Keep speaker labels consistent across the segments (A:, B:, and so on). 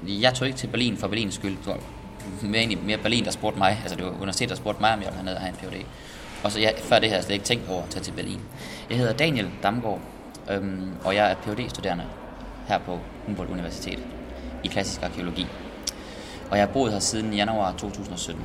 A: jeg tog ikke til Berlin for Berlins skyld. Det var mere Berlin, der spurgte mig. Altså det var universitetet, der spurgte mig, om jeg ville have en Ph.D. Og så før det her, jeg slet ikke tænkt over at tage til Berlin. Jeg hedder Daniel Damgaard, og jeg er Ph.D.-studerende her på Humboldt Universitet i klassisk arkæologi. Og jeg har boet her siden januar 2017.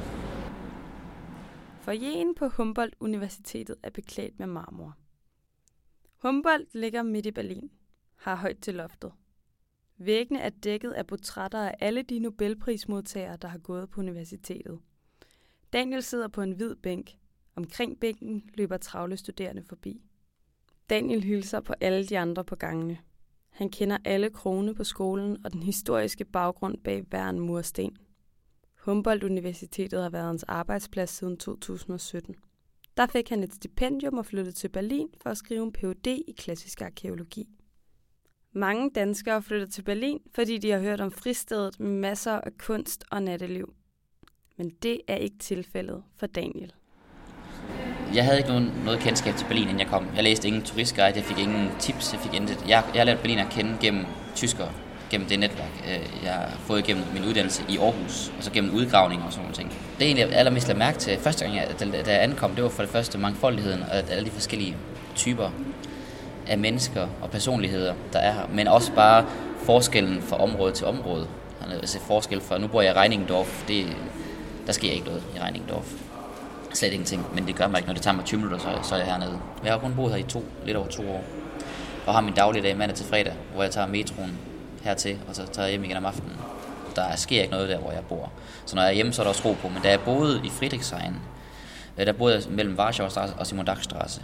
B: Foyeren på Humboldt Universitetet er beklædt med marmor. Humboldt ligger midt i Berlin, har højt til loftet. Væggene er dækket af portrætter af alle de Nobelprismodtagere, der har gået på universitetet. Daniel sidder på en hvid bænk. Omkring bænken løber travle studerende forbi. Daniel hilser på alle de andre på gangene. Han kender alle krogene på skolen og den historiske baggrund bag hver en mursten. Humboldt Universitetet har været hans arbejdsplads siden 2017. Der fik han et stipendium og flyttede til Berlin for at skrive en Ph.D. i klassisk arkæologi. Mange danskere flytter til Berlin, fordi de har hørt om fristedet med masser af kunst og natteliv. Men det er ikke tilfældet for Daniel.
A: Jeg havde ikke noget kendskab til Berlin, inden jeg kom. Jeg læste ingen turistguide, jeg fik ingen tips, jeg fik intet. Jeg har lært Berlin at kende gennem tyskere, gennem det netværk. Jeg har fået gennem min uddannelse i Aarhus, og så gennem udgravninger og sådan nogle ting. Det egentlig, jeg allermest lagde mærke til første gang, da jeg ankom, det var for det første mangfoldigheden og alle de forskellige typer af mennesker og personligheder, der er her. Men også bare forskellen fra område til område. Altså forskel fra, nu bor jeg i Reinickendorf, der sker ikke noget i Reinickendorf. Slet ingenting, men det gør mig ikke. Når det tager mig 20 minutter, så er jeg hernede. Jeg har kun boet her i lidt over 2 år. Og har min dagligdag mandag til fredag, hvor jeg tager metroen hertil, og så tager jeg hjem igen om aftenen. Der sker ikke noget der, hvor jeg bor. Så når jeg er hjemme, så er der også ro på. Men da jeg boede i Friedrichshain, der boede jeg mellem Warschauer Straße og Simon Dach Straße.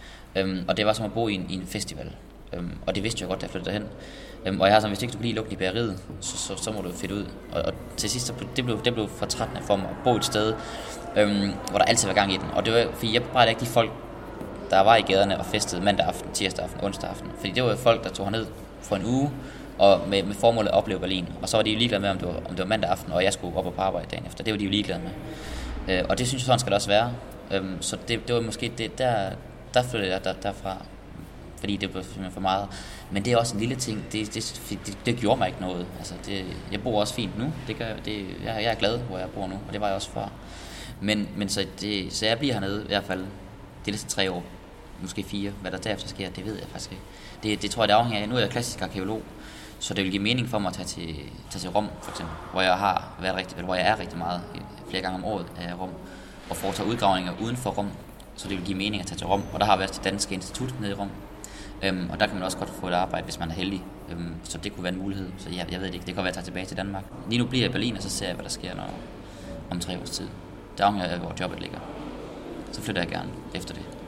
A: Og det var som at bo i en festival. Og det vidste jeg godt, da jeg flyttede derhen. Og jeg har sådan, hvis ikke du kan lide lugten i bageriet, så må du fedt ud. Og til sidst, det blev fortrættende for mig at bo et sted, hvor der altid var gang i den. Og det var, fordi jeg brændte ikke de folk, der var i gaderne og festede mandag aften, tirsdag aften, onsdag aften. Fordi det var folk, der tog herned for en uge, og med formålet at opleve Berlin. Og så var de jo ligeglade med, om det var mandag aften, og jeg skulle op og på arbejde dagen efter. Det var de jo ligeglade med. Og det synes jeg, sådan skal det også være. Så det var måske det, der flyttede jeg derfra. Fordi det blev simpelthen for meget. Men det er også en lille ting. Det gjorde mig ikke noget. Altså jeg bor også fint nu. Jeg er glad, hvor jeg bor nu, og det var jeg også før. Men så jeg bliver hernede i hvert fald de næste 3 år, måske 4. Hvad der derefter sker, det ved jeg faktisk ikke. Det tror jeg, det afhænger af. Nu er jeg klassisk arkeolog, så det vil give mening for mig at tage til Rom, for eksempel, hvor jeg er rigtig meget, flere gange om året er Rom, og foretage udgravninger uden for Rom, så det vil give mening at tage til Rom. Og der har været det danske institut nede i Rom, og der kan man også godt få et arbejde, hvis man er heldig, så det kunne være en mulighed. Så jeg ved det ikke, det kan være, at jeg tager tilbage til Danmark. Lige nu bliver jeg i Berlin, og så ser jeg, hvad der sker om 3 års tid. Der afhænger af, hvor jobbet ligger. Så flytter jeg gerne efter det.